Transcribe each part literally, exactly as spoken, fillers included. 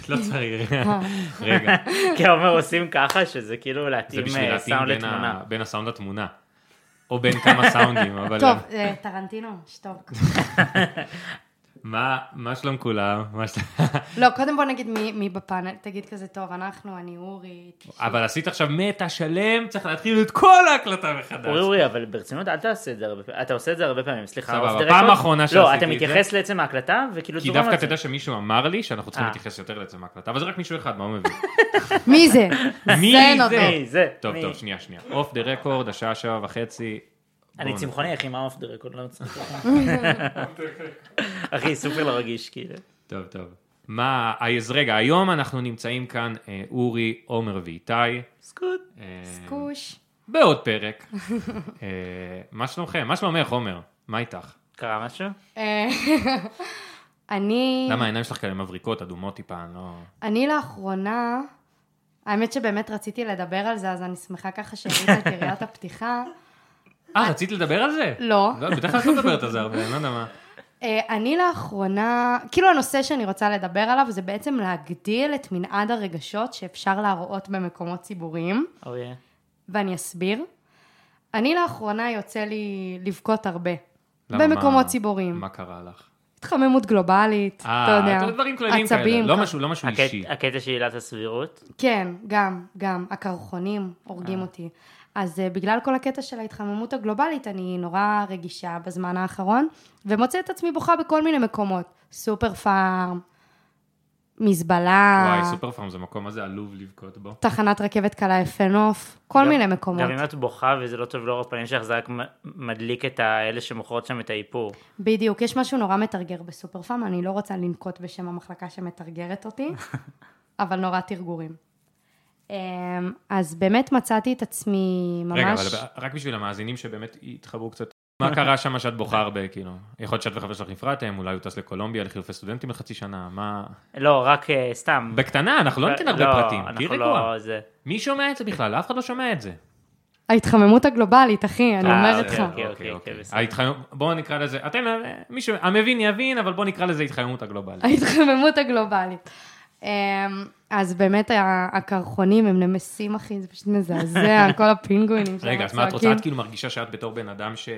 לא צריך. רגע. כי אומר עושים ככה, שזה כאילו זה להתאים בשביל להתאים סאונד בין לתמונה. ה- בין הסאונד לתמונה. או בין כמה סאונדים, אבל... טוב, אה, טרנטינו, שתוק. מה, מה שלום כולם? מה שלום... לא, קודם בוא נגיד מי, מי בפאנל, תגיד כזה טוב, אנחנו, אני אורי. אבל עשית עכשיו מטה שלם, צריך להתחיל את כל ההקלטה מחדש. אורי אורי, אבל ברצינות אל תעשה את זה הרבה פעמים, אתה עושה את זה הרבה פעמים, סליחה. סבבה, אוף דה פעם רקורד? האחרונה לא, שעשיתי אתה את זה. מתייחס לעצם ההקלטה, וכאילו כי צורה דווקא מצ- תדע שמישהו אמר לי שאנחנו צריכים אה. להתייחס יותר לעצם ההקלטה, אבל זה רק מישהו אחד, מה הוא מבין? מי זה? מי זיין זה? אותו. מי זה? טוב, מי? טוב, שנייה, שנייה. אוף דה רקורד, השעה שעה וחצי. אני בואו צמחוני, אחי, מה אוף דה רקורד? לא מצליח. אחי, סופר לא רגיש, כאילו. טוב, טוב. מה, אז רגע, היום אנחנו נמצאים כאן, אה, אורי, עומר ואיתי. סקוט. אה, סקוש. בעוד פרק. אה, מה שלומכם? מה שלומך, עומר? מה איתך? קרה משהו? אה, אני... למה העיניים שלך כאלה מבריקות, אדומות טיפה, אני לא... אני לאחרונה, האמת שבאמת רציתי לדבר על זה, אז אני שמחה ככה שהראית את יריית הפתיחה. אה, רצית לדבר על זה? לא. לא, בדרך כלל את לא מדברת על זה הרבה, אני לא יודע מה. אה, אני לאחרונה, כאילו הנושא שאני רוצה לדבר עליו, זה בעצם להגדיל את מנעד הרגשות שאפשר להראות במקומות ציבוריים, אוי. ואני אסביר. אני לאחרונה יוצא לי לבכות הרבה, למה, במקומות מה- ציבוריים. מה קרה לך? התחממות גלובלית, אתה יודע. אה, דברים כלליים כאלה, עצבים, לא כ- משהו, לא משהו הקט- אישי. הקטע של עילת הסבירות. כן, גם, גם. הקרחונים הורגים אותי. אז uh, בגלל כל הקטע של ההתחממות הגלובלית, אני נורא רגישה בזמן האחרון, ומוצאת את עצמי בוכה בכל מיני מקומות. סופר פארם, מזבלה, וואי, סופר פארם זה מקום, מה זה עלוב לבכות בו? תחנת רכבת קלה יפה נוף, כל גם- מיני מקומות. גם אם את בוכה וזה לא טוב לאור הפנים שלך, זה רק מ- מדליק את האלה שמוכרות שם את האיפור. בדיוק, יש משהו נורא מתרגר בסופר פארם, אני לא רוצה לנקוט בשם המחלקה שמתרגרת אותי, אבל נורא תרגורים. Um, אז באמת מצאתי את עצמי ממש... רגע, אבל רק בשביל המאזינים שבאמת יתחברו קצת. מה קרה שם שאת בוכה הרבה, כאילו? יכול להיות שאת וחבר שלך נפרדתם, אולי הוא טס לקולומביה, לחילופי סטודנטים לחצי שנה, מה... לא, רק אה, סתם. בקטנה, אנחנו לא ניתן הרבה לא, פרטים, אנחנו תהי לא רגועה. זה. מי שומע את זה בכלל? אף אחד לא שומע את זה. ההתחממות הגלובלית, אחי, אני אה, אומרת אוקיי, לך. אוקיי, אוקיי, אוקיי, בסדר. ההתחממות, בואו נקרא לזה, אתם, מי שהמבין יבין, אבל בואו נקרא לזה התחממות הגלובלית. ההתחממות הגלובלית. אמ, אז באמת הקרחונים הם נמסים, אחי, זה פשוט מזעזע, כל הפינגווינים שם רגע, אז מה את רוצה? צועקים. את כאילו מרגישה שאת בתור בן אדם ש...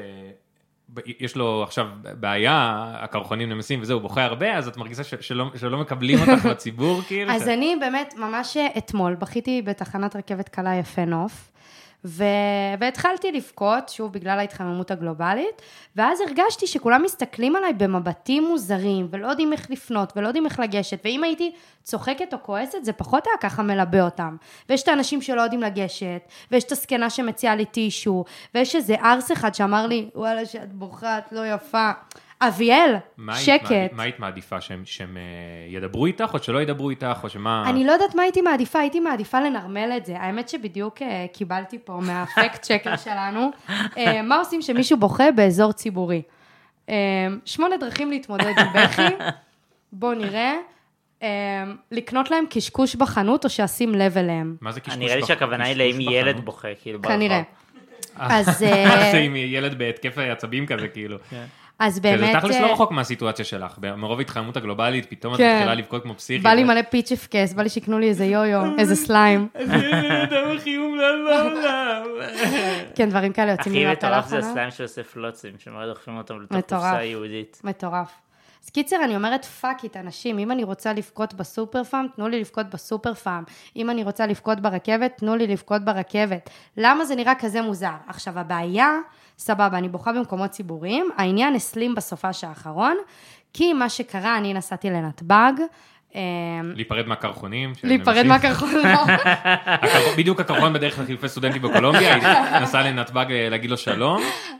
יש לו עכשיו בעיה, הקרחונים נמסים וזהו, בוכה הרבה, אז את מרגישה ש- שלא, שלא מקבלים אותך בציבור, כאילו? אז אני באמת, ממש אתמול, בכיתי בתחנת רכבת קלה יפה נוף, ו... והתחלתי לבכות, שוב, בגלל ההתחממות הגלובלית, ואז הרגשתי שכולם מסתכלים עליי במבטים מוזרים, ולא יודעים איך לפנות, ולא יודעים איך לגשת, ואם הייתי צוחקת או כועסת, זה פחות היה ככה מלבה אותם. ויש את האנשים שלא יודעים לגשת, ויש את הסקנה שמציעה לי טישו, ויש איזה ארס אחד שאמר לי, וואלה, שאת בוכה, את לא יפה. אביאל, מה היית שקט. מעדיף- מה היית מעדיפה, שהם, שהם אה, ידברו איתך, או שלא ידברו איתך, או שמה... אני לא יודעת מה הייתי מעדיפה, הייתי מעדיפה לנרמל את זה. האמת שבדיוק אה, קיבלתי פה מהפקט צ'קר שלנו, אה, מה עושים שמישהו בוכה באזור ציבורי. אה, שמונה דרכים להתמודד עם בכי, בואו נראה, אה, לקנות להם קשקוש בחנות או שעשים לב אליהם. מה זה קשקוש נראה לי בח- שהכוונה היא קשקוש לאם בחנות? ילד בוכה, כאילו. ברחוב. כנראה. אז, אה, מה זה עם ילד בהתקף עצבים כזה, כאילו? אז שזה באמת, תכלס אה, לא רחוק מהסיטואציה שלך, מרוב התחממות הגלובלית, פתאום את כן. מתחילה לבכות כמו פסיכית. בא לי מלא פיץ' אפקס, בא לי שיקנו לי איזה יו-יו, איזה סליים. אדם הכי אומלל בעולם. כן, דברים כאלה יוצאים לי הכי מהפה מטורף זה לאחרונה. הסליים של יוסף פלוצים, שמאוד דוחפים אותם לתוך מטורף. קופסה יהודית. מטורף. אז קיצר, אני אומרת פאק איט, אנשים, אם אני רוצה לבכות בסופר פארם, תנו לי לבכות בסופר פארם. אם אני רוצה לבכות ברכבת, תנו לי לבכות ברכבת. למה זה נראה כזה מוזר? עכשיו, הבעיה, סבבה, אני בוכה במקומות ציבוריים, העניין הסלים בסופש האחרון, כי מה שקרה, אני נסעתי לנתב"ג, אמ, להיפרד מהקרחונים. של להיפרד אנשים. מהקרחון, לא. הקרחון- בדיוק הקרחון בדרך לחילופי סטודנטים בקולומביה, היא נסעה לנתב"ג להגיד לו שלום.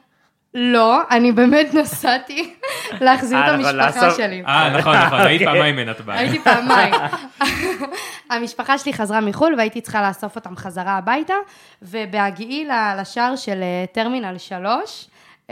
לא, אני באמת נסעתי להחזיר את אה, נכון, המשפחה לעשות- שלי. אה, נכון, נכון, היית פעמיים בנתב"ג. הייתי פעמיים. המשפחה שלי חזרה מחול, והייתי צריכה לאסוף אותם חזרה הביתה, ובהגיעי ל- לשער של אה, טרמינל שלוש,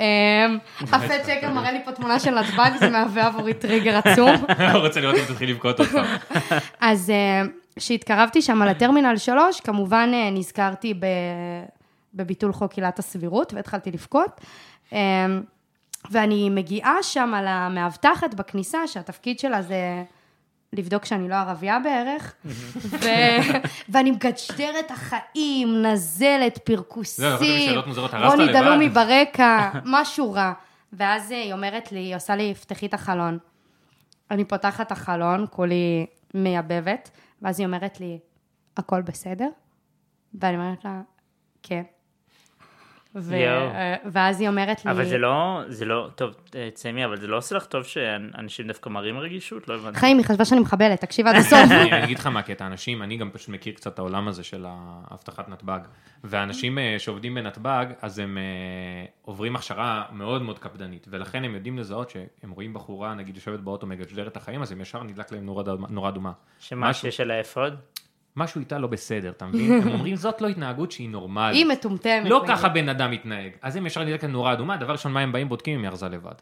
הפה צ'קר מראה לי פה תמונה של נתב"ג, זה מהווה עבורי טריגר עצום. הוא רוצה לראות אם תתחיל לבכות עוד פעם. אז כשהתקרבתי שם לטרמינל שלוש, כמובן אה, נזכרתי ב- בביטול חוק עילת הסבירות, והתחלתי לבכות. אה, ואני מגיעה שם על המאבטחת בכניסה, שהתפקיד שלה זה לבדוק שאני לא ערבייה בערך, ו... ואני מגשדרת החיים, נזלת, פרקוסים, רוני דלומי ברקע, משהו רע. ואז היא אומרת לי, היא עושה לי, פתחי את החלון. אני פותחת את החלון, כולי מייבבת, ואז היא אומרת לי, הכל בסדר? ואני אומרת לה, כן. ו... ואז היא אומרת לי... אבל זה לא, זה לא, טוב, צמי, אבל זה לא עושה לך טוב שאנשים דווקא מראים רגישות? לא הבנתי. חיים, היא חשבה שאני מחבלת, תקשיב עד הסוף. אני אגיד לך מה קטע, אנשים, אני גם פשוט מכיר קצת את העולם הזה של ההבטחת נתב"ג, ואנשים שעובדים בנתב"ג, אז הם עוברים הכשרה מאוד מאוד קפדנית, ולכן הם יודעים לזהות שהם רואים בחורה, נגיד יושבת באוטו מגשדרת את החיים, אז הם ישר נדלק להם נורה אדומה. שמה שיש על האפוד? משהו איתה לא בסדר, אתה מבין? הם אומרים, זאת לא התנהגות שהיא נורמלית. היא מטומטמת. לא ככה בן אדם מתנהג. אז הם ישר נדלק נורה אדומה, דבר ראשון, מה הם באים בודקים, הם ירזה לבד.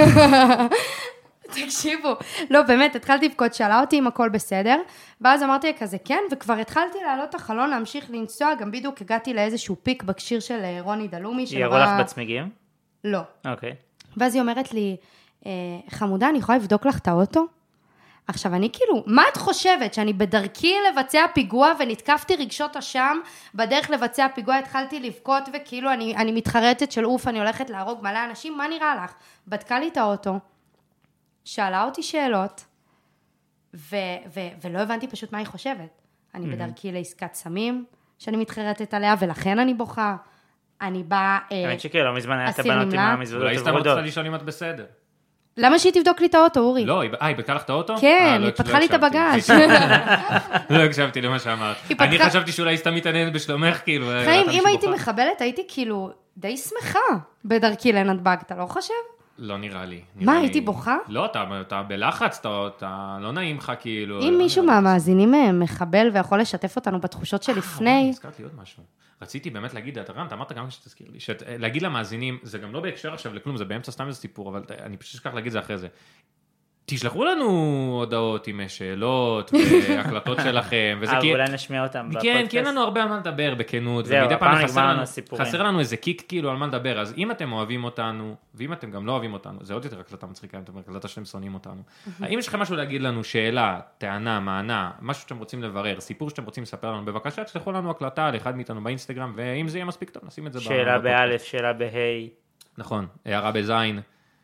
תקשיבו, לא, באמת, התחלתי לבכות, שאלה אותי אם הכל בסדר, ואז אמרתי כזה, כן, וכבר התחלתי לעלות את החלון, להמשיך לנסוע, גם בדיוק הגעתי לאיזשהו פיק בקשיר של רוני דלומי. יראו לך בצמיגים? לא. אוקיי. ואז היא אומרת לי, חמודה, אני יכולה לבדוק לך את האוטו? עכשיו, אני כאילו, מה את חושבת? שאני בדרכי לבצע פיגוע ונתקפתי רגשות אשם, בדרך לבצע פיגוע התחלתי לבכות וכאילו אני, אני מתחרטת של אוף, אני הולכת להרוג מלא אנשים, מה נראה לך? בדקה לי את האוטו, שאלה אותי שאלות, ו- ו- ולא הבנתי פשוט מה היא חושבת. אני בדרכי לעסקת סמים, שאני מתחרטת עליה, ולכן אני בוכה. אני באה... האמת שכאילו, לא מזמן הייתה בנות עם המזוודות אולי סתם רצתה לשאול אם את בסדר. למה שהיא תבדוק לי את האוטו, אורי? לא, היא בדקה לך את האוטו? כן, היא פתחה לי את הבגאז'. לא הקשבתי למה שאמרת. אני חשבתי שאולי סתם מתעניינת בשלומך, כאילו. חיים, אם הייתי מחבלת, הייתי כאילו די שמחה בדרכי לנתב"ג, אתה לא חושב? לא נראה לי. מה, הייתי בוכה? לא, אתה בלחץ, אתה לא נעים לך, כאילו. אם מישהו מהמאזינים מחבל ויכול לשתף אותנו בתחושות שלפני... הזכרתי עוד משהו. רציתי באמת להגיד, אתה אמרת גם שתזכיר לי, להגיד למאזינים, זה גם לא בהקשר עכשיו לכלום, זה באמצע סתם איזה סיפור, אבל אני פשוט אשכח להגיד זה אחרי זה. תשלחו לנו הודעות עם שאלות והקלטות שלכם, וזה כי... אולי נשמיע אותם בפודקאסט. כן, כי אין לנו הרבה על מה לדבר בכנות, זהו, הפעם נגמר לנו סיפורים. חסר לנו איזה קיק כאילו על מה לדבר, אז אם אתם אוהבים אותנו, ואם אתם גם לא אוהבים אותנו, זה עוד יותר הקלטה מצחיקה, אם אתם הקלטה שאתם שונאים אותנו. אם יש לכם משהו להגיד לנו, שאלה, טענה, מענה, משהו שאתם רוצים לברר, סיפור שאתם רוצים לספר לנו, בבקשה, תשלחו לנו הקלטה על אחד מאיתנו באינסטגרם, ואם זה יהיה מספיק טוב, נשים את זה שאלה באלף, שאלה בהי. נכון, הערה בזין.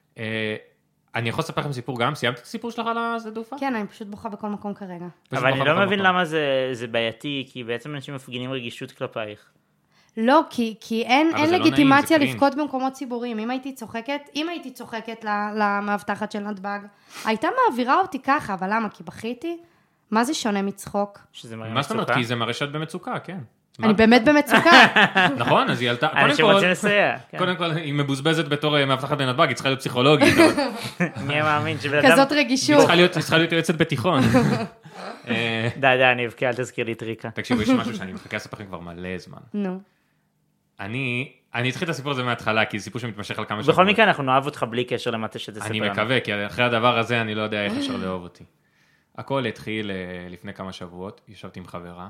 אני יכול לספר לכם סיפור גם? סיימת את הסיפור שלך על השדה תעופה? כן, אני פשוט בוכה בכל מקום כרגע. אבל אני לא מבין למה זה בעייתי, כי בעצם אנשים מפגינים רגישות כלפייך. לא, כי, כי אין, אין לגיטימציה לבכות במקומות ציבוריים. אם הייתי צוחקת, אם הייתי צוחקת למאבטחת של נתב"ג, הייתה מעבירה אותי ככה, אבל למה? כי בכיתי? מה זה שונה מצחוק? מה זאת אומרת? כי זה מראה שאת במצוקה, כן. אני באמת במצוקה. נכון, אז היא עלתה, אנשים רוצים לסייע. קודם כל, היא מבוזבזת בתור מאבטחת בנתב"ג, היא צריכה להיות פסיכולוגית. מי מאמין שבן אדם... כזאת רגישות. היא צריכה להיות יועצת בתיכון. די, די, אני אבכה, אל תזכיר לי טריקה. תקשיבו, יש משהו שאני מחכה לספר לכם כבר מלא זמן. נו. אני, אני אתחיל את הסיפור הזה מההתחלה, כי זה סיפור שמתמשך על כמה שבועות. בכל מקרה, אנחנו נאהב אותך בלי קשר למטה שתספר לנו. אני מקווה, כי אחרי הדבר הזה אני לא יודע איך אפשר לאהוב אותי. הכל התחיל לפני כמה שבועות, ישבתי עם חברה,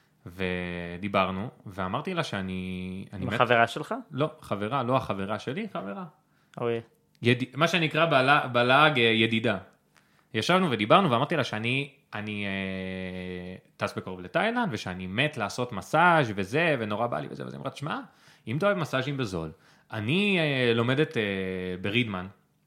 ודיברנו, ואמרתי לה שאני... עם החברה שלך? לא, חברה, לא החברה שלי, חברה. אוי. יד... מה שנקרא בלעג ידידה. ישבנו ודיברנו, ואמרתי לה שאני אני, אה, טס בקרוב לתאילנד, ושאני מת לעשות מסאז' וזה, ונורא בא לי וזה, וזה אמרת, שמה, אם אתה אוהב מסאז'ים בזול, אני אה, לומדת אה, ברידמן,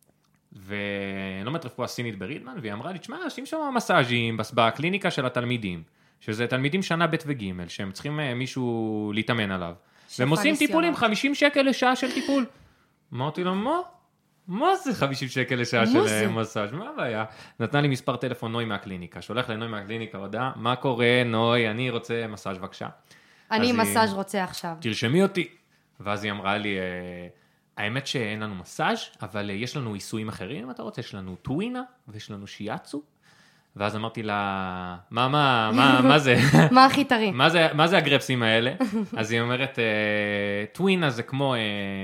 ולומדת רפואה סינית ברידמן, והיא אמרה לי, תשמע, עושים שם מסאז'ים בקליניקה של התלמידים, שזה תלמידים שנה ב' וג', שהם צריכים אה, מישהו להתאמן עליו, והם עושים טיפולים, חמישים שקל לשעה של טיפול. אמרתי לו, מה? מה זה חמישים שקל לשעה של מסאז'? מה הבעיה? נתנה לי מספר טלפון נוי מהקליניקה, שולח לנוי מהקליניקה, הודעה, מה קורה, נוי, אני רוצה מסאז' בבקשה. אני מסאז' רוצה עכשיו. תרשמי אותי. ואז היא אמרה לי, האמת שאין לנו מסאז', אבל יש לנו עיסויים אחרים, אם אתה רוצה, יש לנו טווינה, ויש לנו שיאצו. ואז אמרתי לה, מה, מה, מה, מה זה? מה הכי טרי? מה זה, מה זה הגרפסים האלה? אז היא אומרת, טווינה זה כמו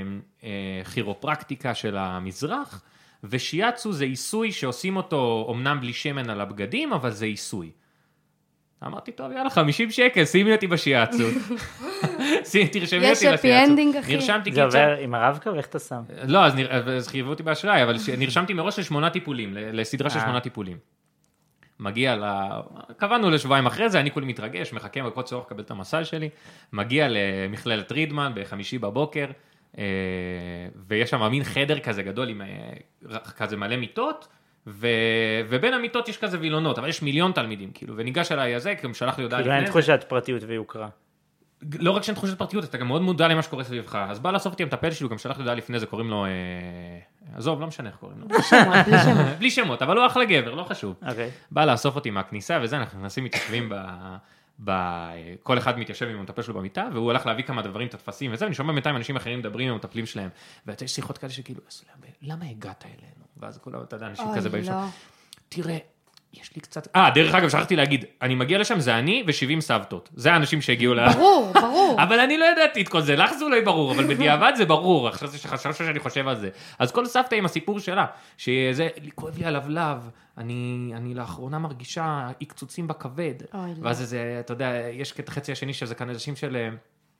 כירופרקטיקה של המזרח, ושיאצו זה עיסוי שעושים אותו, אמנם בלי שמן על הבגדים, אבל זה עיסוי. אמרתי, טוב, יאללה, חמישים שקל, שימי אותי בשיאצו. תרשמי אותי לשיאצו. יש אפי אנדינג, אחי. נרשמתי זה עובר עם הרב-קו, איך אתה שם? לא, אז חייבו אותי באשראי, אבל נרשמתי מראש לשמונה טיפולים, לסדרה של שמונה טיפולים. מגיע ל... קבענו לשבועיים אחרי זה, אני כולי מתרגש, מחכה בכל צורך לקבל את המסאז' שלי, מגיע למכללת רידמן בחמישי בבוקר, ויש שם מין חדר כזה גדול, עם כזה מלא מיטות, ו... ובין המיטות יש כזה וילונות, אבל יש מיליון תלמידים, כאילו, וניגש אליי הזה, כי הוא שלח לי הודעה לפני זה. כאילו אין תחושת פרטיות ויוקרה. לא רק שאין תחושת פרטיות, אתה גם מאוד מודע למה שקורה סביבך. אז בא לאסוף אותי המטפל שלי, הוא גם שלח לי הודעה לפני זה, קוראים לו... עזוב, לא משנה איך קוראים לו. בלי שמות, בלי שמות. בלי שמות, אבל הוא אחלה גבר, לא חשוב. אוקיי. בא לאסוף אותי מהכניסה, וזה, אנחנו נכנסים, מתיישבים ב... כל אחד מתיישב עם המטפל שלו במיטה, והוא הלך להביא כמה דברים, את התפסים וזה, ואני שומע בינתיים אנשים אחרים מדברים עם המטפלים שלהם. ואתה יש שיחות כאלה שכאילו, למה הגעת אלינו? ואז כולם, אתה יודע, אנשים כזה באים שם. תראה, יש לי קצת... אה, דרך אגב, שכחתי להגיד, אני מגיע לשם, זה אני ו-שבעים סבתות. זה האנשים שהגיעו ל... ברור, ברור. אבל אני לא ידעתי את כל זה, לך זה אולי ברור, אבל בדיעבד זה ברור, עכשיו זה שחשב שאני חושב על זה. אז כל סבתא עם הסיפור שלה, שזה, כואב לי הלבלב, אני, אני לאחרונה מרגישה עקצוצים בכבד. ואז זה, אתה יודע, יש את החצי השני שזה כאן אנשים של...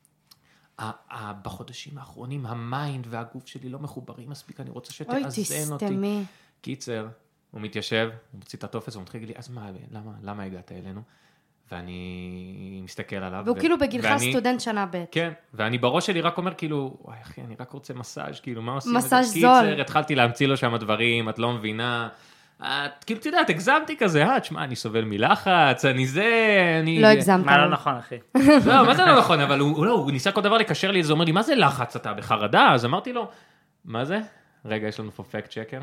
בחודשים האחרונים, המיינד והגוף שלי לא מחוברים מספיק, אני רוצה שתאזן אותי. קיצר. הוא מתיישב, הוא מוציא את הטופס, הוא מתחיל להגיד לי, אז מה, למה, למה הגעת אלינו? ואני מסתכל עליו. והוא כאילו בגילך סטודנט שנה ב'. כן, ואני בראש שלי רק אומר כאילו, וואי אחי, אני רק רוצה מסאז', כאילו, מה עושים? מסאז' זול. קיצר, התחלתי להמציא לו שם דברים, את לא מבינה. את, כאילו, אתה יודעת, הגזמתי כזה, אה, תשמע, אני סובל מלחץ, אני זה, אני... לא הגזמת. מה לא נכון, אחי? לא, מה זה לא נכון, אבל הוא, לא, הוא ניסה כל דבר לקשר לי, זה אומר לי, מה זה לחץ? אתה בחרדה? אז אמרתי לו, מה זה? רגע, יש לנו פה פקט צ'קר.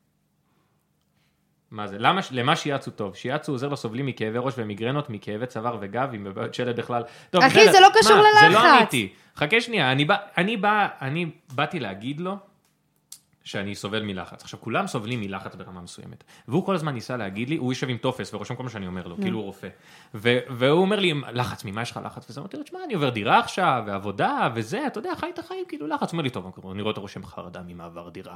מה זה? למה, למה שיאצו טוב? שיאצו עוזר לסובלים מכאבי ראש ומיגרנות, מכאבי צוואר וגב, עם בבעיות שלד בכלל. טוב, אחי, זה לא קשור מה, ללחץ. זה לא אמיתי. חכה שנייה, אני, בא, אני, בא, אני באתי להגיד לו, שאני סובל מלחץ. עכשיו, כולם סובלים מלחץ ברמה מסוימת. והוא כל הזמן ניסה להגיד לי, הוא יושב עם טופס ורושם כל מה שאני אומר לו, כאילו הוא רופא. והוא אומר לי, לחץ, ממה יש לך לחץ? וזה אמרתי לו, תשמע, אני עובר דירה עכשיו, ועבודה, וזה, אתה יודע, חי את החיים, כאילו לחץ. הוא אומר לי, טוב, אני רואה אותו רושם חרדה ממעבר דירה.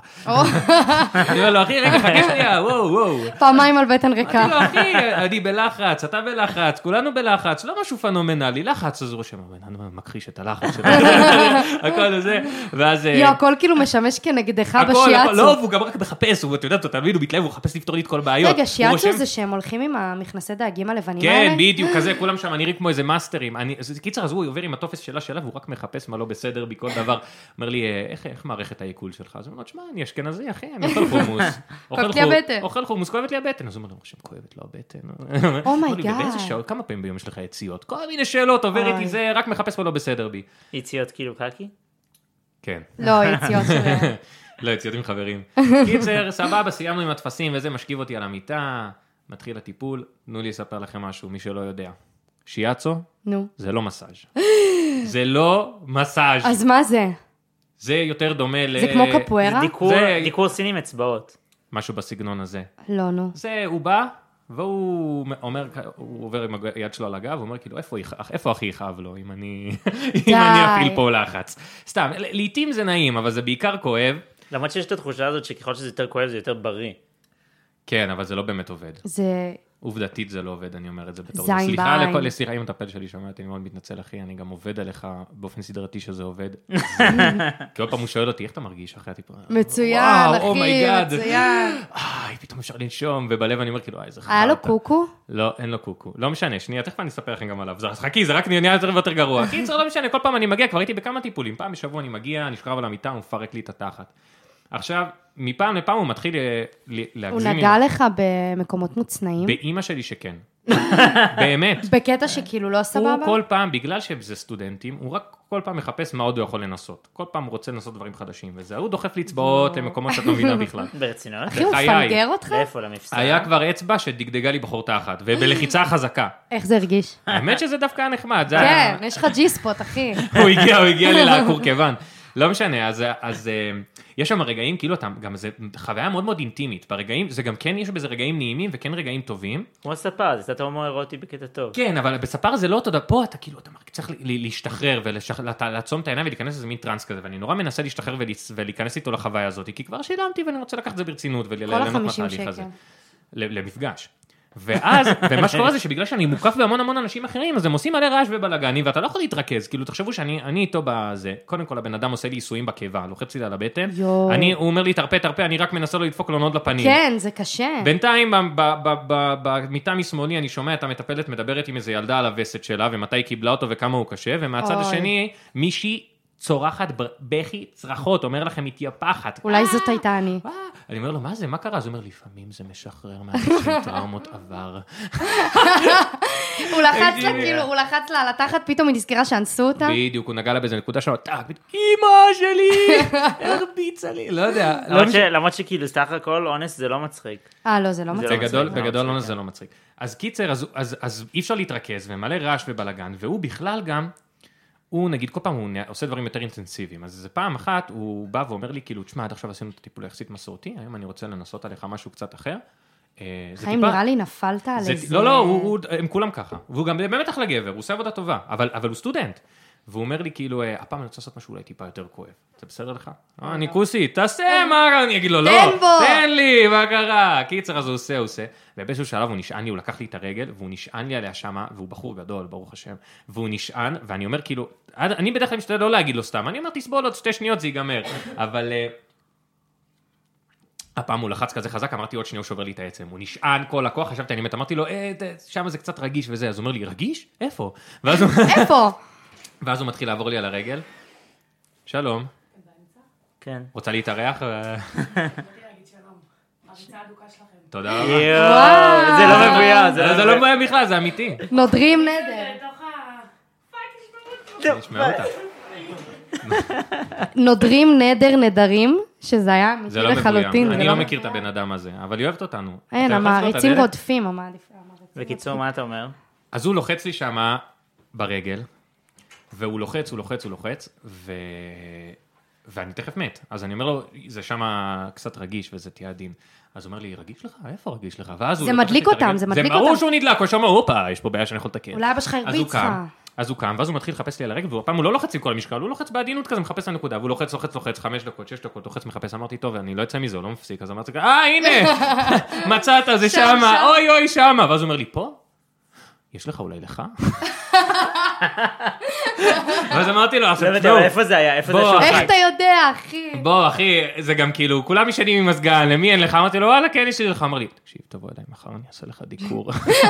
אני אומר לו, אחי, רגע, חכה שנייה, וואו, וואו. פעמיים על בטן ריקה. אמרתי לו, אחי, אני בלחץ, אתה בלחץ, כולנו בלחץ, לא משהו פנומנלי, לחץ, אז הוא רושם, אני מכחיש את הלחץ שלו. הכל זה, ואז... יו, הכל כאילו משמש כנגדך הכל, הכל, לא, והוא גם רק מחפש, הוא, אתה יודע, אתה תמיד, הוא מתלהב, הוא מחפש לפתור לי את כל הבעיות. רגע, שיאצו זה שהם הולכים עם המכנסי דאגים הלבנים כן, האלה? כן, בדיוק, כזה, כולם שם, נראים כמו איזה מאסטרים. אני, קיצר, אז הוא עובר עם הטופס שלה שלה, והוא רק מחפש מה לא בסדר בכל דבר. אומר לי, איך, איך מערכת העיכול שלך? אז הוא אומר, שמע, אני אשכנזי, אחי, אני אוכל חומוס. כואבת לי הבטן. אוכל חומוס, כואבת לי הבטן. אז הוא אומר, שם כואבת לו הבטן. אומייגאד. באיזה שעות, כמה פעמים ביום יש לך יציאות? כל מיני שאלות, עובר איתי זה, רק מחפש מה לא בסדר בי. יציאות כאילו קקי? כן. לא, יציאות שלהם. לא, יציאות עם חברים. קיצר, סבבה, סיימנו עם התפסים וזה, משכיב אותי על המיטה, מתחיל הטיפול, תנו לי לספר לכם משהו, מי שלא יודע. שיאצו, נו. זה לא מסאז'. זה לא מסאז'. אז מה זה? זה יותר דומה ל... זה כמו קפוארה? זה דיקור סיני עם אצבעות. משהו בסגנון הזה. לא, נו. זה, הוא בא, והוא אומר, הוא עובר עם היד שלו על הגב, הוא אומר כאילו, איפה הכי יכאב לו, אם אני אפעיל פה לחץ. סתם, לעתים זה נעים, אבל זה בעיקר כואב. למרות שיש את התחושה הזאת שככל שזה יותר כואב זה יותר בריא. כן, אבל זה לא באמת עובד. זה... עובדתית זה לא עובד, אני אומר את זה בתור. זין סליחה בעין. לכל, סליחה אם המטפל שלי שומעת, אני מאוד מתנצל אחי, אני גם עובד עליך באופן סדרתי שזה עובד. כי עוד פעם הוא שואל אותי, איך אתה מרגיש אחרי הטיפול? מצוין, אחי, מצוין. איי, פתאום אפשר לנשום, ובלב אני אומר כאילו, איי, זה חרטה. היה לו קוקו? לא, אין לו קוקו. לא משנה, שנייה, תכף אני אספר לכם גם עליו. אז חכי, זה רק נהיה יותר ויותר גרוע. קיצר, לא משנה, כל פעם אני מגיע, כבר הייתי בכמה טיפולים. פעם בשבוע אני מגיע, נשכב על המיטה, הוא מפרק לי את התחת. עכשיו, מפעם לפעם הוא מתחיל להגזים. הוא נגע לך במקומות מוצנעים? באמא שלי שכן. באמת. בקטע שכאילו לא סבבה? הוא כל פעם, בגלל שזה סטודנטים, הוא רק כל פעם מחפש מה עוד הוא יכול לנסות. כל פעם הוא רוצה לנסות דברים חדשים, וזה, הוא דוחף לאצבעות למקומות שאת לא מבינה בכלל. ברצינות? אחי, הוא מפנגר אותך? לאיפה, למפסע? היה כבר אצבע שדגדגה לי בחור תחת, ובלחיצה חזקה. איך זה הרגיש? האמת שזה דווקא נחמד. כן, יש לך ג'יספוט, אחי. הוא הגיע, הוא הגיע לי לעקור כיוון. לא משנה, אז, אז יש שם רגעים, כאילו, אתה, גם זה חוויה מאוד מאוד אינטימית, ברגעים, זה גם כן, יש בזה רגעים נעימים וכן רגעים טובים. כמו ספר, זה אתה אומר אירוטי בקטע טוב. כן, אבל בספר זה לא אותו, פה אתה כאילו, אתה צריך להשתחרר ולעצום את העיניים ולהיכנס לזה מין טרנס כזה, ואני נורא מנסה להשתחרר ולהיכנס איתו לחוויה הזאת, כי כבר שילמתי ואני רוצה לקחת את זה ברצינות ולליהנות מהתהליך הזה, למפגש. ואז, ומה שקורה זה שבגלל שאני מוקף בהמון המון אנשים אחרים, אז הם עושים מלא רעש ובלגנים, ואתה לא יכול להתרכז, כאילו תחשבו שאני אני איתו בזה, קודם כל הבן אדם עושה לי עיסויים בקיבה, לוחץ לי על הבטן, אני, הוא אומר לי תרפה תרפה, אני רק מנסה לו לדפוק לו נוד לפנים. כן, זה קשה. בינתיים, במיטה משמאלי אני שומע את המטפלת מדברת עם איזה ילדה על הווסת שלה, ומתי היא קיבלה אותו וכמה הוא קשה, ומהצד השני, מישהי צורחת בכי צרחות, אומר לכם מתייפחת. אולי זאת הייתה אני. אני אומר לו, מה זה, מה קרה? אז הוא אומר, לפעמים זה משחרר מאנשים טראומות עבר. הוא לחץ לה, כאילו, הוא לחץ לה על התחת, פתאום היא נזכרה שאנסו אותה. בדיוק, הוא נגע לה באיזה נקודה שלו, טק, אמא שלי, הרביצה לי, לא יודע. למרות שכאילו, סך הכל, אונס זה לא מצחיק. אה, לא, זה לא מצחיק. בגדול אונס זה לא מצחיק. אז קיצר, אז אי אפשר להתרכז, ומלא רעש ובלגן, והוא בכלל גם, הוא נגיד כל פעם הוא עושה דברים יותר אינטנסיביים, אז זה פעם אחת הוא בא ואומר לי כאילו, תשמע, עד עכשיו עשינו את הטיפול היחסית מסורתי, היום אני רוצה לנסות עליך משהו קצת אחר. חיים, נראה לי נפלת על איזה... לא, לא, הם כולם ככה, והוא גם באמת אחלה גבר, הוא עושה עבודה טובה, אבל הוא סטודנט. והוא אומר לי כאילו, הפעם אני רוצה לעשות משהו אולי טיפה יותר כואב. זה בסדר לך? אה, אני כוסי, תעשה, מה? אני אגיד לו, לא, תן לי, מה קרה? קיצר, אז הוא עושה, הוא עושה. ובאיזשהו שלב הוא נשען לי, הוא לקח לי את הרגל, והוא נשען לי עליה שמה, והוא בחור גדול, ברוך השם, והוא נשען, ואני אומר כאילו, אני בדרך כלל משתדל לא להגיד לו סתם, אני אומר, תסבול עוד שתי שניות, זה ייגמר. אבל הפעם הוא לחץ כזה חזק, אמרתי עוד שנייה, הוא שובר לי את העצם, הוא נשען כל הכוח, חשבתי, אני מת, אמרתי לו, שם זה קצת רגיש וזה, אז הוא אומר לי, רגיש? איפה? איפה? ואז הוא מתחיל לעבור לי על הרגל. שלום. כן. רוצה להתארח? תודה רבה. יואו, זה לא מבויה. זה לא מבויה בכלל, זה אמיתי. נודרים נדר. נשמע אותה. נודרים נדר נדרים, שזה היה אמיתי לחלוטין. אני לא מכיר את הבן אדם הזה, אבל היא אוהבת אותנו. אין, המעריצים רודפים. בקיצור, מה אתה אומר? אז הוא לוחץ לי שמה ברגל, והוא לוחץ, הוא לוחץ, הוא לוחץ, ו... ואני תכף מת. אז אני אומר לו, זה שם קצת רגיש, וזה תהיה עדין. אז הוא אומר לי, רגיש לך? איפה רגיש לך? זה מדליק אותם, זה מדליק אותם. זה ברור שהוא נדלק, הוא שאומר, אופה, יש פה בעיה שאני יכול לתקן. אולי אבא שלך הרביץ לך. אז הוא קם, ואז הוא מתחיל לחפש לי על הרגל, והפעם הוא לא לוחץ עם כל המשקל, הוא לוחץ בעדינות כזה, מחפש לנקודה, והוא לוחץ, לוחץ, לוחץ, חמש דקות, שש דקות, לוחץ, מחפש, אמרתי, טוב, אני לא אצא מזה, הוא לא מפסיק, אז אמרתי, אה, הנה, מצאת, זה שמה, אוי, אוי, שמה, ואז הוא אומר לי, פה? יש לך אולי לך? ואז אמרתי לו, איפה זה היה? איפה זה שלך? איך אתה יודע, אחי? בוא, אחי, זה גם כאילו, כולם משנים עם מזגן, למי אין לך? אמרתי לו, וואלה, כן, יש לי לך. אמר לי, תקשיב, תבוא אליי מחר, אני אעשה לך דיקור.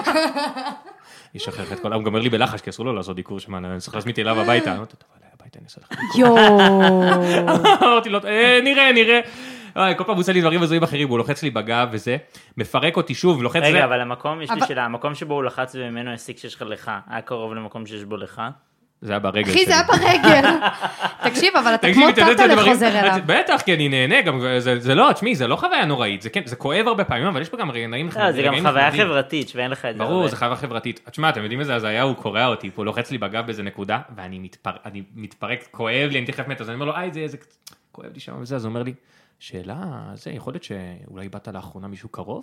ישחרר את כל... הוא גומר לי בלחש, כי אסור לו לעשות דיקור שמעלה, אני צריך להזמין אליו הביתה. אמרתי, תבוא אליי הביתה, אני אעשה לך דיקור. יואו. אמרתי לו, נראה, נראה. כל פעם הוא עושה לי דברים וזויים אחרים, הוא לוחץ לי בגב וזה, מפרק אותי שוב, לוחץ זה. רגע, אבל המקום, יש לי שאלה, המקום שבו הוא לחץ וממנו הסיק שיש לך לך, היה קרוב למקום שיש בו לך? זה היה ברגל שלי. אחי, זה היה ברגל. תקשיב, אבל אתה כמו טאטה לחוזר אליו. בטח, כי אני נהנה, זה לא, תשמעי, זה לא חוויה נוראית, זה כואב הרבה פעמים, אבל יש פה גם רגעים נחמדים. זה גם חוויה חברתית, שאין לך את זה. ברור, זה חוויה חברתית. תשמע, אתם יודעים איזה, אז היה, הוא קורע אותי, הוא לוחץ לי בגב באיזה נקודה, ואני מתפרק, כואב לי, אני תכף מת, אז אני אומר לו, איי, זה כואב לי שם וזה, אז הוא אומר לי, שאלה, זה יכול להיות שאולי באת לאחרונה מישהו קרוב?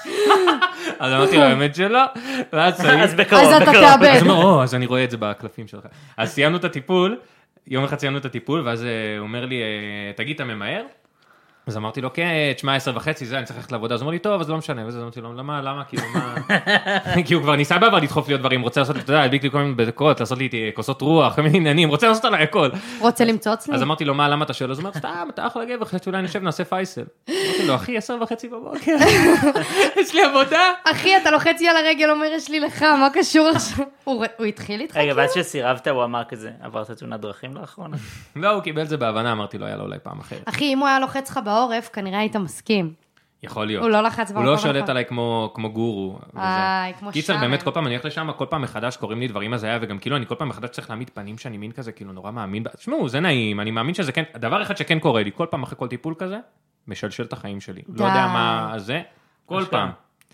אז אמרתי לו, האמת שלא. אז בקרוב, אז אתה תאבד. אז הוא אומר, אז אני רואה את זה בקלפים שלך. אז סיימנו את הטיפול, יום אחד סיימנו את הטיפול, ואז הוא אומר לי, תגיד, אתה ממהר? אז אמרתי לו, כן, תשמע, עשר וחצי, זה, אני צריך ללכת לעבודה. אז הוא אומר לי, טוב, אז לא משנה. ואז אמרתי לו, למה, למה, כאילו, מה? כי הוא כבר ניסה בעבר לדחוף לי עוד דברים, רוצה לעשות, אתה יודע, להדביק לי כל מיני בדקות, לעשות לי כוסות רוח, כל מיני עניינים, רוצה לעשות עליי הכל. רוצה למצוץ לי? אז אמרתי לו, מה, למה אתה שואל? אז הוא אומר, סתם, אתה אחלה גבר, חשבתי אולי נשב, נעשה פייסל. אמרתי לו, אחי, עשר וחצי בבוקר, יש לי עבודה. אחי, אתה לוחץ לי על הרגל, אומר, יש לי לך, מה קשור עכשיו? הוא התחיל איתך? רגע, ואז שסירבת, הוא אמר כזה, עברת תאונת דרכים לאחרונה? לא, הוא קיבל זה בהבנה, אמרתי לו, יאללה, אולי פעם אחרת. אחי, אם הוא היה לוחץ לך בעורף, כנראה היית מסכים. יכול להיות. הוא לא לחץ הוא לא שולט עליי כמו, כמו גורו. איי, כמו קיצר, באמת, כל פעם אני הולך לשם, כל פעם מחדש קוראים לי דברים הזיה, וגם כאילו אני כל פעם מחדש צריך להעמיד פנים שאני מין כזה, כאילו נורא מאמין. תשמעו, זה נעים, אני מאמין שזה כן, הדבר אחד שכן קורה לי, כל פעם אחרי כל טיפול כזה, משלשל את החיים שלי. לא יודע מה זה, כל פעם.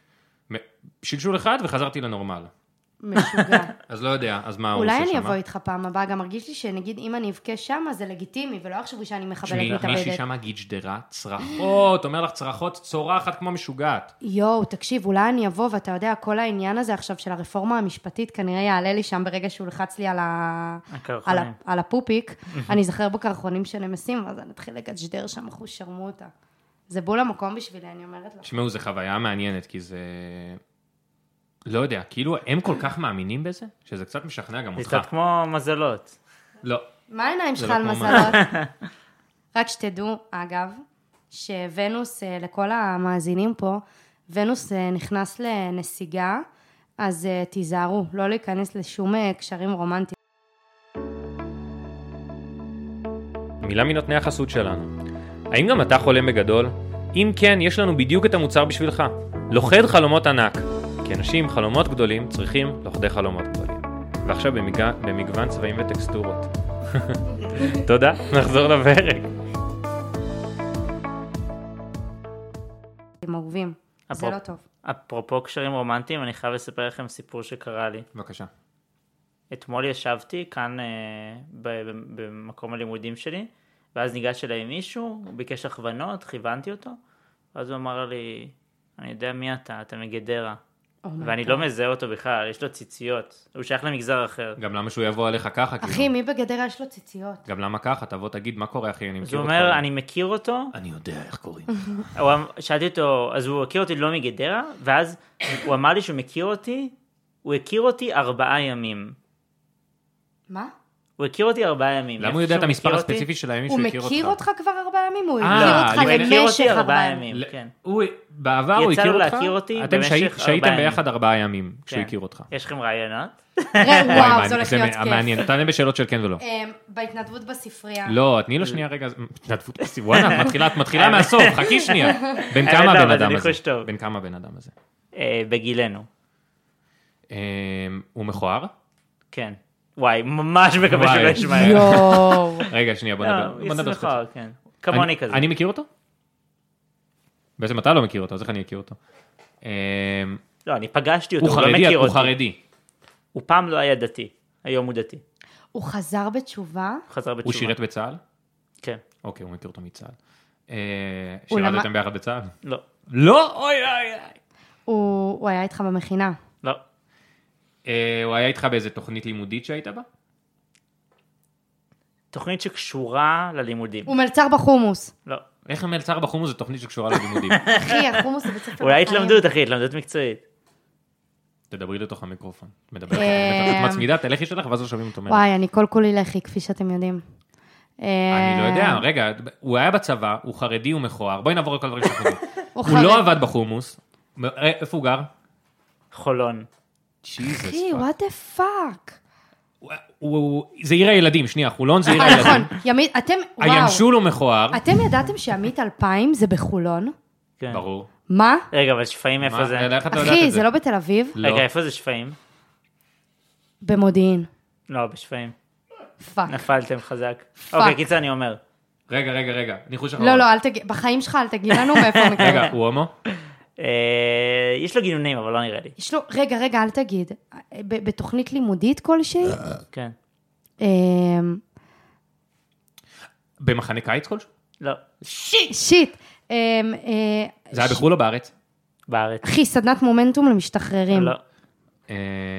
שלשול אחד וחזרתי לנורמל. משוגע. אז לא יודע, אז מה הוא עושה שם? אולי אני אבוא איתך פעם הבאה, גם מרגיש לי שנגיד אם אני אבכה שם, אז זה לגיטימי, ולא יחשבו שאני מחבלת מתאבדת. מישהי שם גיג'דרה, צרחות, אומר לך צרחות, צורחת כמו משוגעת. יואו, תקשיב, אולי אני אבוא, ואתה יודע, כל העניין הזה עכשיו של הרפורמה המשפטית, כנראה יעלה לי שם ברגע שהוא לחץ לי על, ה... על, ה... על הפופיק, אני זכר בקרחונים שנמסים, ואז אני אתחיל לג'דר שם, אחוז שרמו אותה. זה בול המקום בשבילי, אני אומרת לך. תשמעו, זו חוויה מעניינת, כי זה... לא יודע, כאילו הם כל כך מאמינים בזה, שזה קצת משכנע גם זה אותך. קצת כמו מזלות. לא. מה העיניים זה שלך לא על כמו מזלות? רק שתדעו, אגב, שוונוס, אה, לכל המאזינים פה, ונוס אה, נכנס לנסיגה, אז אה, תיזהרו, לא להיכנס לשום אה, קשרים רומנטיים. מילה מנותני החסות שלנו. האם גם אתה חולם בגדול? אם כן, יש לנו בדיוק את המוצר בשבילך. לוכד חלומות ענק. כי אנשים עם חלומות גדולים צריכים לוכדי חלומות גדולים. ועכשיו במג... במגוון צבעים וטקסטורות. תודה, נחזור לפרק. הם אהובים, זה אפרופ- לא טוב. אפרופו קשרים רומנטיים, אני חייב לספר לכם סיפור שקרה לי. בבקשה. אתמול ישבתי כאן אה, ב- ב- במקום הלימודים שלי, ואז ניגש אליי מישהו, הוא ביקש הכוונות, כיוונתי אותו, ואז הוא אמר לי, אני יודע מי אתה, אתה מגדרה. Oh ואני לא מזהה אותו בכלל, יש לו ציציות, הוא שייך למגזר אחר. גם למה שהוא יבוא עליך ככה? אחי, כאילו? מי בגדרה יש לו ציציות? גם למה ככה? תבוא תגיד, מה קורה אחי? אני אז מכיר הוא אותך. אומר, אני מכיר אותו, אני יודע איך קוראים. הוא אמ- שאלתי אותו, אז הוא הכיר אותי לא מגדרה, ואז הוא אמר לי שהוא מכיר אותי, הוא הכיר אותי ארבעה ימים. מה? הוא הכיר אותי ארבעה ימים. למה הוא יודע את שהוא המספר מכיר אותי? הספציפי של הימים הוא שהוא הכיר אותך? מכיר אותך כבר ארבעה ימים? הוא אה, הכיר אותך הוא מכיר למשך אותי ארבעה ארבעה ימים. ימים, ל- כן. הוא, בעבר הוא יצא הכיר לו אותך? להכיר אותי אתם במשך שהי- ארבעה שהייתם ימים. ביחד ארבעה ימים כשהוא כן. הכיר אותך. יש לכם רעיונות? ראה, וואי, וואו, מה, זה הולך זה להיות מעניין, כיף. תענה בשאלות של כן ולא. אמ, בהתנדבות בספרייה. לא, תני לו שנייה רגע, התנדבות בסיב, וואלה, את מתחילה- את מתחילה מהסוף, חכי שנייה. בן האמת כמה לא, הבן אבל זה אדם ניחוש הזה? טוב. בן כמה הבן אדם הזה? אה, בגילנו, אמ, הוא מכוער? כן. וואי, ממש מקווה וואי. שלא ישמע. יואו. רגע, שנייה, בוא נדבר. לא, בוא יצא נדבר מכוער, קצת. כן. כמוני אני- כזה. אני מכיר אותו? בעצם אתה לא מכיר אותו, אז איך אני אכיר אותו? אמ, לא, אני פגשתי אותו, הוא הוא לא חרדי, מכיר הוא אותי. חרדי. הוא פעם לא היה דתי, היום הוא דתי. הוא חזר בתשובה? הוא חזר בתשובה. הוא שירת בצה"ל? כן. אוקיי, הוא מכיר אותו מצה"ל. אה, הוא שירתם למד- ביחד בצה"ל? לא. לא, אוי אוי אוי. הוא הוא היה איתך במכינה. לא. אה, הוא היה איתך באיזה תוכנית לימודית שהיית בה? תוכנית שקשורה ללימודים. הוא מלצר בחומוס. לא. איך מלצר בחומוס זו תוכנית שקשורה ללימודים? אחי, החומוס זה בית ספר אולי בחיים. התלמדות, אחי, התלמדות מקצועית. תדברי לתוך המיקרופון. מדברת, אה, את מצמידה, תלכי שלך ואז לא שומעים אותו. וואי, אני כל כולי לחי, כפי שאתם יודעים. אני לא אה, יודע, רגע, הוא היה בצבא, הוא חרדי, הוא מכוער. בואי נעבור על כל הדברים שאנחנו יודעים. הוא הוא לא חרדי. עבד בחומוס. אה, איפה הוא גר? חולון. אחי, what the fuck? הוא- הוא- זה עיר הילדים, שנייה, חולון זה עיר אה, הילדים. נכון, ימית, אתם, וואו. הינשול הוא מכוער. אתם ידעתם שעמית אלפיים זה בחולון? כן. ברור. מה? רגע, אבל שפיים איפה מה? זה? איך את לא יודעת אחי, את זה לא בתל אביב? לא. רגע, איפה זה שפיים? במודיעין. לא, בשפיים. פאק. נפלתם חזק. אוקיי, קיצר אני אומר. רגע, רגע, רגע, ניחוש אחרון. לא, לא, אל תגיד, בחיים שלך אל תגיד לנו מאיפה הוא מכיר. רגע, הוא הומו? אה, יש לו גינונים, אבל לא נראה לי. יש לו, רגע, רגע, אל תגיד. ב- בתוכנית לימודית כלשהי? כן. אמ, במחנה קיץ כלשהו? לא. שיט. אמ, אה, זה היה בחו"ל או בארץ? בארץ. אחי, סדנת מומנטום למשתחררים. לא. אה,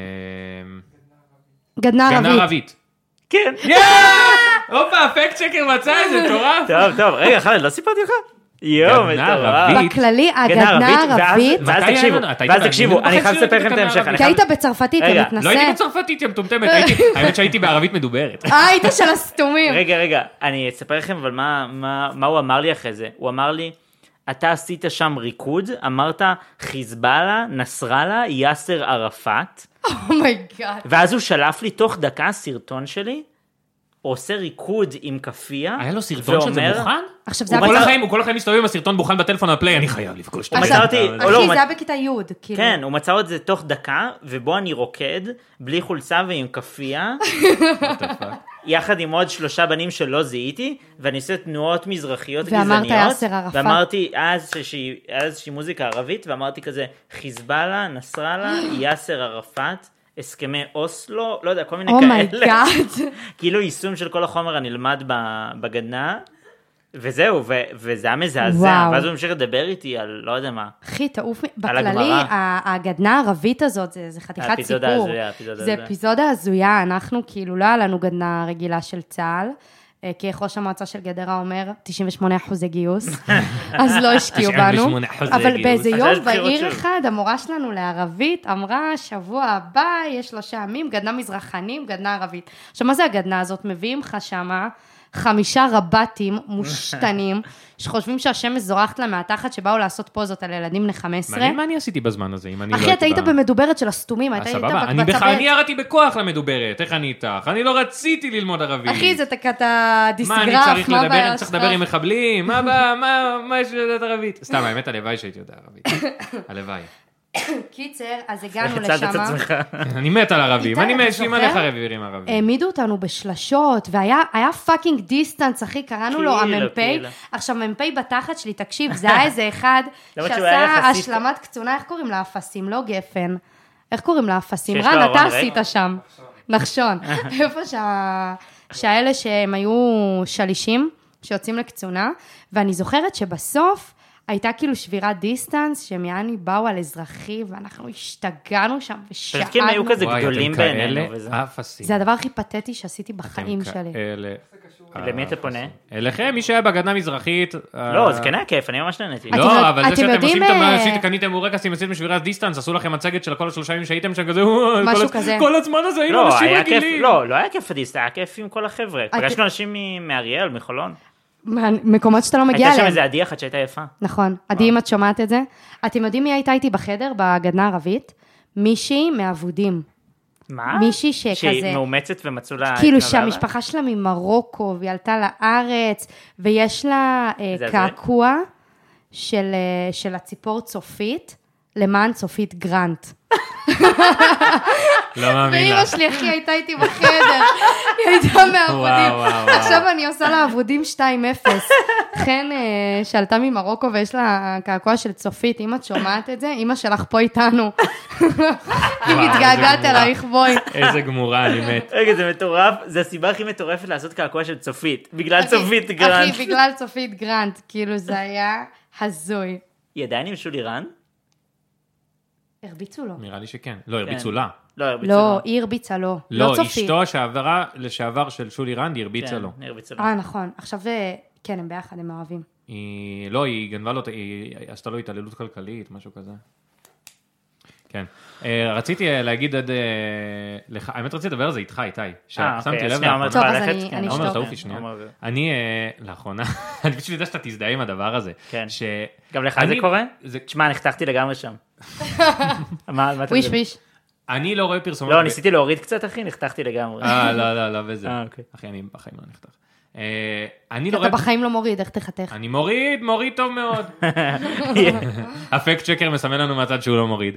גדנה גנה ערבית. ערבית. כן. הופה, הפקט שקר מצא איזה מטורף. טוב, טוב, רגע, חלד, לא סיפרתי לך? יואו, גדנה מטורף. ערבית. בכללי, גנה הגדנה ואז- הערבית, ואז מתי תקשיבו, היה לנו? אתה היית ואז באנגלית תקשיבו, אני בחיים חייב שלי לספר לכם את בגדנה ההמשך. אני ערבית? כי חייב- היית בצרפתית, רגע, אתה לא הייתי מתנשא. בצרפתית, יא מטומטמת, הייתי- האמת שהייתי בערבית מדוברת. אה, היית של הסתומים. רגע, רגע, אני אספר לכם, אבל מה, מה, מה הוא אמר לי אחרי זה? הוא אמר לי, אתה עשית שם ריקוד, אמרת חיזבאללה, נסראללה, יאסר ערפאת, אומייגאד. ואז הוא שלף לי תוך דקה סרטון שלי, הוא עושה ריקוד עם כפייה, היה לו סרטון שזה ואומר- מוכן? עכשיו זה הוא היה... כל מצא- החיים, הוא כל החיים מסתובב עם הסרטון בוכן בטלפון הפליי, אני חייב לפגוש את הוא זה. מצא אותי, או לא, אחי, הוא זה מצ- היה בכיתה י', כאילו. כן, הוא מצא את זה תוך דקה, ובו אני רוקד, בלי חולצה ועם כפייה, יחד עם עוד שלושה בנים שלא זיהיתי, ואני עושה תנועות מזרחיות ואמרת גזעניות, יאסר ערפאת. ואמרתי, אז שהיא איזושהי מוזיקה ערבית, ואמרתי כזה, חיזבאללה, נסראללה, יאסר ערפאת, הסכמי אוסלו, לא יודע, כל מיני כאלה. אומייגאד. כאילו יישום של כל החומר הנלמד ב- בגדנה, וזהו, ו- וזה היה מזעזע, וואו. ואז הוא המשיך לדבר איתי על לא יודע מה. אחי, תעוף, מ- על בכללי, הגמרא. ה- הגדנה הערבית הזאת, זה זה חתיכת האפיזודה סיפור. הזויה, האפיזודה זה הזויה. אפיזודה הזויה, אנחנו כאילו, לא היה לנו גדנה רגילה של צה"ל, כי איך ראש המועצה של גדרה אומר, תשעים ושמונה אחוז גיוס, אז לא השקיעו בנו. אבל באיזה יום בעיר אחד, המורה שלנו לערבית אמרה, שבוע הבא יש שלושה ימים, גדנה מזרחנים, גדנה ערבית. עכשיו, מה זה הגדנה הזאת? מביאים לך שמה חמישה רבטים מושתנים, שחושבים שהשמש זורחת לה מהתחת, שבאו לעשות פוזות על ילדים בני חמש עשרה. מעניין מה אני עשיתי בזמן הזה, אם אני לא אחי, אתה היית במדוברת של הסתומים, היית בטבט. אני ירדתי בכוח למדוברת, איך אני איתך? אני לא רציתי ללמוד ערבית. אחי, זה אתה דיסגרף, מה אני צריך לדבר? אני צריך לדבר עם מחבלים? מה יש לדעת ערבית? סתם, האמת, הלוואי שהייתי יודע ערבית. הלוואי. קיצר, אז הגענו לשם. אני מת על ערבים, אני מת, שלי מלא חברים ערבים. העמידו אותנו בשלשות, והיה פאקינג דיסטנס, אחי, קראנו לו הממפי. עכשיו, ממפי בתחת שלי, תקשיב, זה היה איזה אחד שעשה השלמת קצונה, איך קוראים לה אפסים? לא גפן. איך קוראים לה אפסים? רן, אתה עשית שם. נחשון. איפה שהאלה שהם היו שלישים, שיוצאים לקצונה, ואני זוכרת שבסוף, הייתה כאילו שבירת דיסטנס, שהם יעני באו על אזרחי, ואנחנו השתגענו שם ושאלנו. פשוט היו כזה גדולים בעינינו. זה הדבר הכי פתטי שעשיתי בחיים שלי. למי אתה פונה? אליכם, מי שהיה בגדנה מזרחית. לא, זה כן היה כיף, אני ממש נהניתי. לא, אבל זה שאתם עושים את המעשית, קניתם בורקסים, עשיתם שבירת דיסטנס, עשו לכם מצגת של כל השלושה ימים שהייתם שם כזה, משהו כזה. כל הזמן הזה היינו אנשים רגילים. לא, לא היה כיף הדיסטנס, היה כיף עם כל החבר'ה. פגשנו אנשים מאריאל, מחולון. מקומות שאתה לא מגיע אליהם. הייתה שם איזה עדי אחת שהייתה יפה. נכון, עדי אם את שומעת את זה. אתם יודעים מי הייתה איתי בחדר בגדנה הערבית? מישהי מעבודים. מה? מישהי שכזה... שהיא מאומצת ומצאו לה... כאילו שהמשפחה שלה ממרוקו, והיא עלתה לארץ, ויש לה קעקוע של הציפור צופית, למען צופית גרנט. לא מאמין לך. ואמא שלי, אחי, הייתה איתי בחדר. היא הייתה מעבודים. עכשיו אני עושה לה עבודים שתיים אפס. חן שעלתה ממרוקו ויש לה קעקוע של צופית. אם את שומעת את זה, אמא שלך פה איתנו. היא מתגעגעת אלייך, בואי. איזה גמורה, אני מת. רגע, זה מטורף. זה הסיבה הכי מטורפת לעשות קעקוע של צופית. בגלל צופית גרנט. אחי, בגלל צופית גרנט. כאילו זה היה הזוי. היא עדיין עם שולי רן? הרביצו לו. נראה לי שכן. לא, הרביצו לה. לא, הרביצו לא, לו. היא הרביצה לו. לא, אשתו שעברה לשעבר של שולי רנד, היא הרביצה לו. כן, הרביצה לו. אה, נכון. עכשיו, כן, הם ביחד, הם אוהבים. היא, לא, היא גנבה לו, היא עשתה לו התעללות כלכלית, משהו כזה. כן. רציתי להגיד עד... האמת רציתי לדבר על זה איתך, איתי. שמתי לב. טוב, אז אני אשתוק. עומר, תעופי שנייה. אני, לאחרונה, אני פשוט יודע שאתה תזדהה עם הדבר הזה. כן. גם לך זה קורה? תשמע, נחתכתי לגמרי שם. וויש וויש. אני לא רואה פרסומות. לא, ניסיתי להוריד קצת, אחי, נחתכתי לגמרי. אה, לא, לא, לא, וזה. אחי, אני בחיים לא נחתך. אתה בחיים לא מוריד, איך תחתך? אני מוריד, מוריד טוב מאוד. אפקט שקר מסמן לנו מהצד שהוא לא מוריד.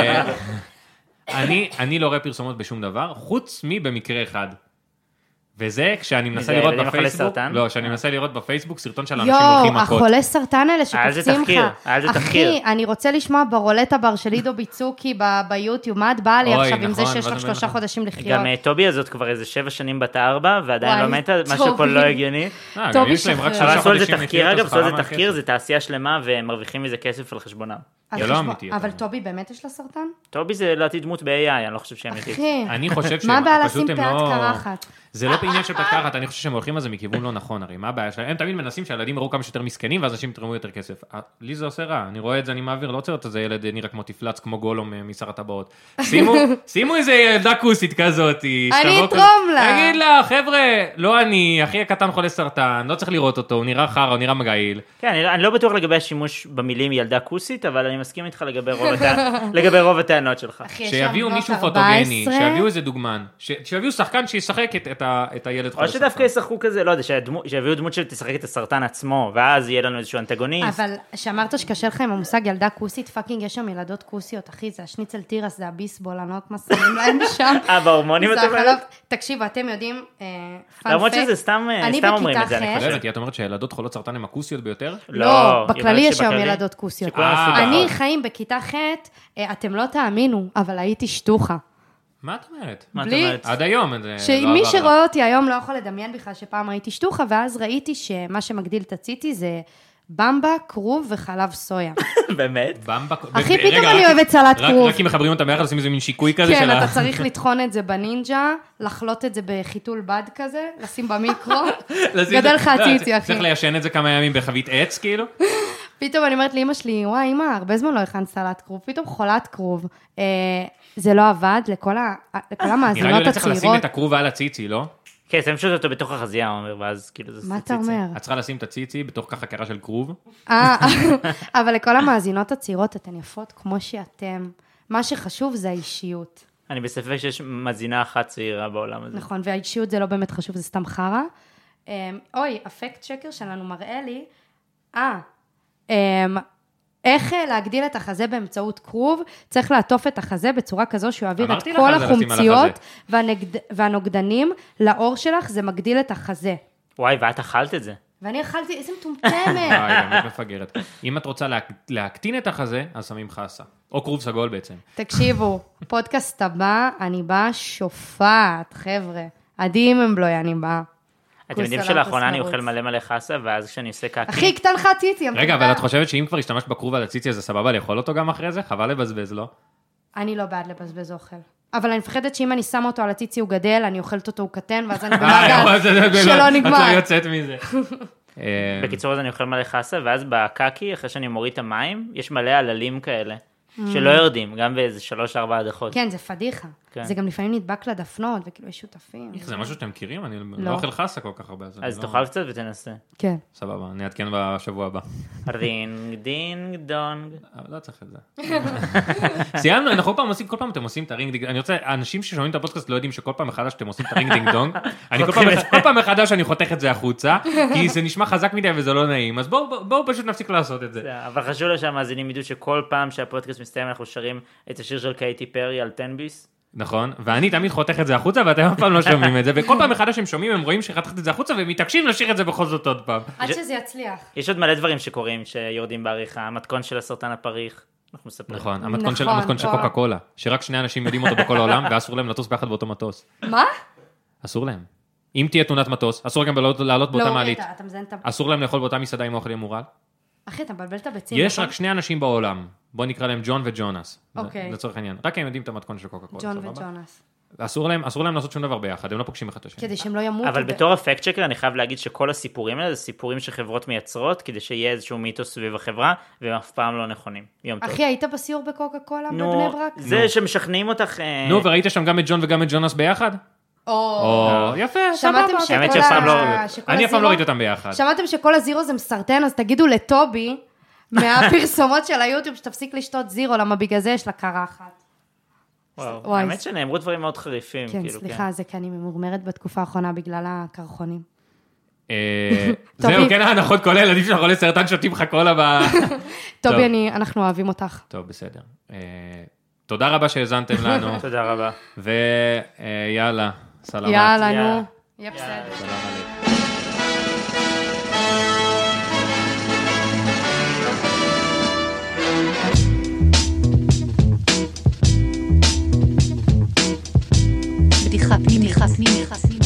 אני לא רואה פרסומות בשום דבר, חוץ מבמקרה אחד. וזה כשאני מנסה לראות בפייסבוק, לא, כשאני מנסה לראות בפייסבוק סרטון של אנשים הולכים מכות. יו, החולה סרטן האלה שקופצים לך. אחי, אני רוצה לשמוע ברולטה בר של עידו ביצוקי ביוטיוב, מה את באה לי עכשיו עם זה שיש לך שלושה חודשים לחיות? גם טובי הזאת כבר איזה שבע שנים בת ארבע, ועדיין לא מתה, משהו פה לא הגיוני. טובי שחרר. אבל עשו על זה תחקיר, אגב, עשו על זה תחקיר, זה תעשייה שלמה, והם מרוויחים מזה כסף על חשבונם. אבל טובי באמת יש לה סרטן? טובי זה לעתיד דמות ב-איי איי, אני לא חושב שהם אמיתית. אני חושב מה הבעיה לשים פאת קרחת? זה לא בעניין של פאת קרחת, אני חושב שהם הולכים על זה מכיוון לא נכון, הרי מה הבעיה שלהם? הם תמיד מנסים שהילדים יראו כמה שיותר מסכנים, ואז אנשים יתרמו יותר כסף. לי זה עושה רע, אני רואה את זה, אני מעביר, לא רוצה להיות איזה ילד נראה כמו תפלץ, כמו גולום משר הטבעות. שימו איזה ילדה כוסית כזאת. אני אתרום לה. תגיד לה, חבר'ה, לא אני, אחי הקטן חולה סרטן, לא צריך לראות אותו, הוא נראה חר, הוא נראה מגעיל. כן, אני לא בטוח לגבי השימוש במילים ילדה כוסית, אבל אני מסכים איתך לגבי רוב הטענות שלך. שיביאו מישהו פוטוגני, שיביאו איזה דוגמן, שיביאו שחקן שישחק את הילד חולה סרטן. או שדווקא ישחקו כזה, לא יודע, שיביאו דמות שתשחק את הסרטן עצמו, ואז יהיה לנו איזשהו אנטגוניסט. אבל שאמרת שקשה לך עם המושג ילדה כוסית, פאקינג יש שם ילדות כוסיות, אחי, זה השניצל טירס, זה הביסבול, ענות מסעים להם שם. אה, בהורמונים אתה אומרת? תקשיבו, אתם יודעים, למרות שזה סתם אומרים את זה, אני חושבת. את אומרת שילדות חולות סרטן הן הכוסיות ביותר? לא, בכללי יש שם ילדות כוסיות. אני חיים בכיתה ח', אתם לא תאמינו, אבל הייתי שטוחה. מה את אומרת? בלי... עד היום. שמי שרואה אותי היום לא יכול לדמיין בכלל שפעם הייתי שטוחה, ואז ראיתי שמה שמגדיל את הציטי זה במבה, כרוב וחלב סויה. באמת? במבה... הכי רגע, פתאום רק- אני אוהבת סלט רק- כרוב. רק אם מחברים אותם ביחד, עושים איזה מין שיקוי כזה כן, של ה... אתה צריך לטחון את זה בנינג'ה, לחלוט את זה בחיתול בד כזה, לשים במיקרו, לשים את גדל זה- לך לא, הציצי, אחי. צריך ליישן את זה כמה ימים בחבית עץ, כאילו. פתאום אני אומרת לאמא שלי, וואי, אמא, הרבה זמן לא הכנת סלט כרוב, פתאום חולת כרוב. אה, זה לא עבד לכל ה- לכל נראה לי המאזינות הולך צריך לשים הצעירות. את הכרוב על הציצי, לא? כן, שמים פשוט אותו בתוך החזייה, הוא אומר, ואז כאילו זה מה אתה ציצי. אומר? את צריכה לשים את הציצי בתוך ככה קרה של כרוב. אה, אבל לכל המאזינות הצעירות, אתן יפות כמו שאתם. מה שחשוב זה האישיות. אני בספק שיש מזינה אחת צעירה בעולם הזה. נכון, והאישיות זה לא באמת חשוב, זה סתם חרא. אמ, אוי, הפקט שקר שלנו מראה לי, אה, אמ, איך אה, להגדיל את החזה באמצעות כרוב, צריך לעטוף את החזה בצורה כזו שהוא יעביר את אמרתי לך כל על זה, לשים על החומציות החזה. והנגד, והנוגדנים לאור שלך, זה מגדיל את החזה. וואי, ואת אכלת את זה. ואני אכלתי, איזה מטומטמת. וואי, באמת מפגרת. אם את רוצה לה- להקטין את החזה, אז שמים חסה. או כרוב סגול בעצם. תקשיבו, פודקאסט הבא, אני באה שופעת, חבר'ה. עדי ממבלוי, אני באה. אתם יודעים כוס שלאחרונה סלט אני אוכל מרוץ. מלא מלא חסה, ואז כשאני עושה קקי... אחי, קטן לך הציצי. רגע, אבל את חושבת שאם כבר השתמשת בכרוב על הציצי, אז זה סבבה לאכול אותו גם אחרי זה? חבל לבזבז, לא? אני לא בעד לבזבז אוכל. אבל אני מפחדת שאם אני שמה אותו על הציצי הוא גדל, אני אוכלת אותו, הוא קטן, ואז אני אה, במעגל זה- זה- שלא את לא נגמר. יוצאת מזה. אה, בקיצור, אז אני אוכל מלא חסה, ואז בקקי, אחרי שאני מוריד את המים, יש מלא עללים כאלה, שלא יורדים, גם באיזה שלוש ארבע הדחות. כן, זה פדיחה. כן. זה גם לפעמים נדבק לדפנות, וכאילו יש שותפים. איך, זה משהו שאתם מכירים? אני לא. לא אוכל חסה כל כך הרבה. אני אז לא- תאכל קצת ותנסה. כן. סבבה, אני אעדכן בשבוע הבא. רינג דינג דונג. אבל לא צריך את זה. סיימנו, אנחנו כל פעם עושים, כל פעם אתם עושים את הרינג דינג, אני רוצה, האנשים ששומעים את הפודקאסט לא יודעים שכל פעם מחדש אתם עושים את הרינג דינג דונג, אני כל פעם מח- כל פעם מחדש אני חותך את זה החוצה, כי זה נשמע חזק מדי וזה לא נעים, אז בואו בואו- בואו פשוט נפסיק לעשות את זה. אבל חשוב לו שהמאזינים ידעו שכל פעם שהפודקאסט מסתיים אנחנו שרים את השיר של קייטי פרי על טן ביס. נכון, ואני תמיד חותך את זה החוצה ואתם אף פעם לא שומעים את זה, וכל פעם מחדש שהם שומעים הם רואים שחתכת את זה החוצה והם מתעקשים לשיר את זה בכל זאת עוד פעם. עד שזה יצליח. יש עוד מלא דברים שקורים שיורדים בעריכה, המתכון של הסרטן הפריך, אנחנו מספרים. נכון, המתכון של נכון, המתכון של וואו. קוקה קולה, שרק שני אנשים יודעים אותו בכל העולם ואסור להם לטוס ביחד באותו מטוס. מה? אסור להם. אם תהיה תאונת מטוס, אסור גם לעלות- לעלות באותה לא, מעלית. רגע, אתה מזיין את ה... אסור להם לאכול באותה מסעדה עם אוכל ימורל. אחי, אתה מבלבל את הביצים. יש נכון? רק שני אנשים בעולם, בוא נקרא להם ג'ון וג'ונס. אוקיי. לצורך העניין. רק הם יודעים את המתכון של קוקה קולה. ג'ון סבבה? וג'ונס. אסור להם, אסור להם לעשות שום דבר ביחד, הם לא פוגשים אחד את השני. כדי שהם לא ימותו. אבל ב- בתור הפקט צ'קר אני חייב להגיד שכל הסיפורים האלה זה סיפורים שחברות מייצרות כדי שיהיה איזשהו מיתוס סביב החברה והם אף פעם לא נכונים. יום טוב. אחי, היית בסיור בקוקה קולה בבני נו, ברק? זה שמשכנעים אותך... אה, נו, וראית שם גם את ג'ון וגם את ג'ונס ביחד? או... או, יפה, שמעתם סבבה. שכל האמת שאף פעם לא- ה- שכל אני אף פעם הזירו- לא ראיתי אותם ביחד. שמעתם שכל הזירו זה מסרטן, אז תגידו לטובי, מהפרסומות של היוטיוב, שתפסיק לשתות זירו, למה בגלל זה יש לה קרחת. וואו, וואי. האמת שנאמרו דברים מאוד חריפים. כן, כאילו, סליחה, זה כי אני ממורמרת בתקופה האחרונה בגלל הקרחונים. אה, טובי. זהו, כן ההנחות כל הילדים של חולי סרטן שותים לך קולה ב... טוב. טובי, אני- אנחנו אוהבים אותך. טוב, בסדר. אה, תודה רבה שהאזנתם לנו, תודה רבה. ויאללה, סלמת. יאללה, יאללה. נו. יהיה בסדר. סלם עליכם. בדיחה פנימית.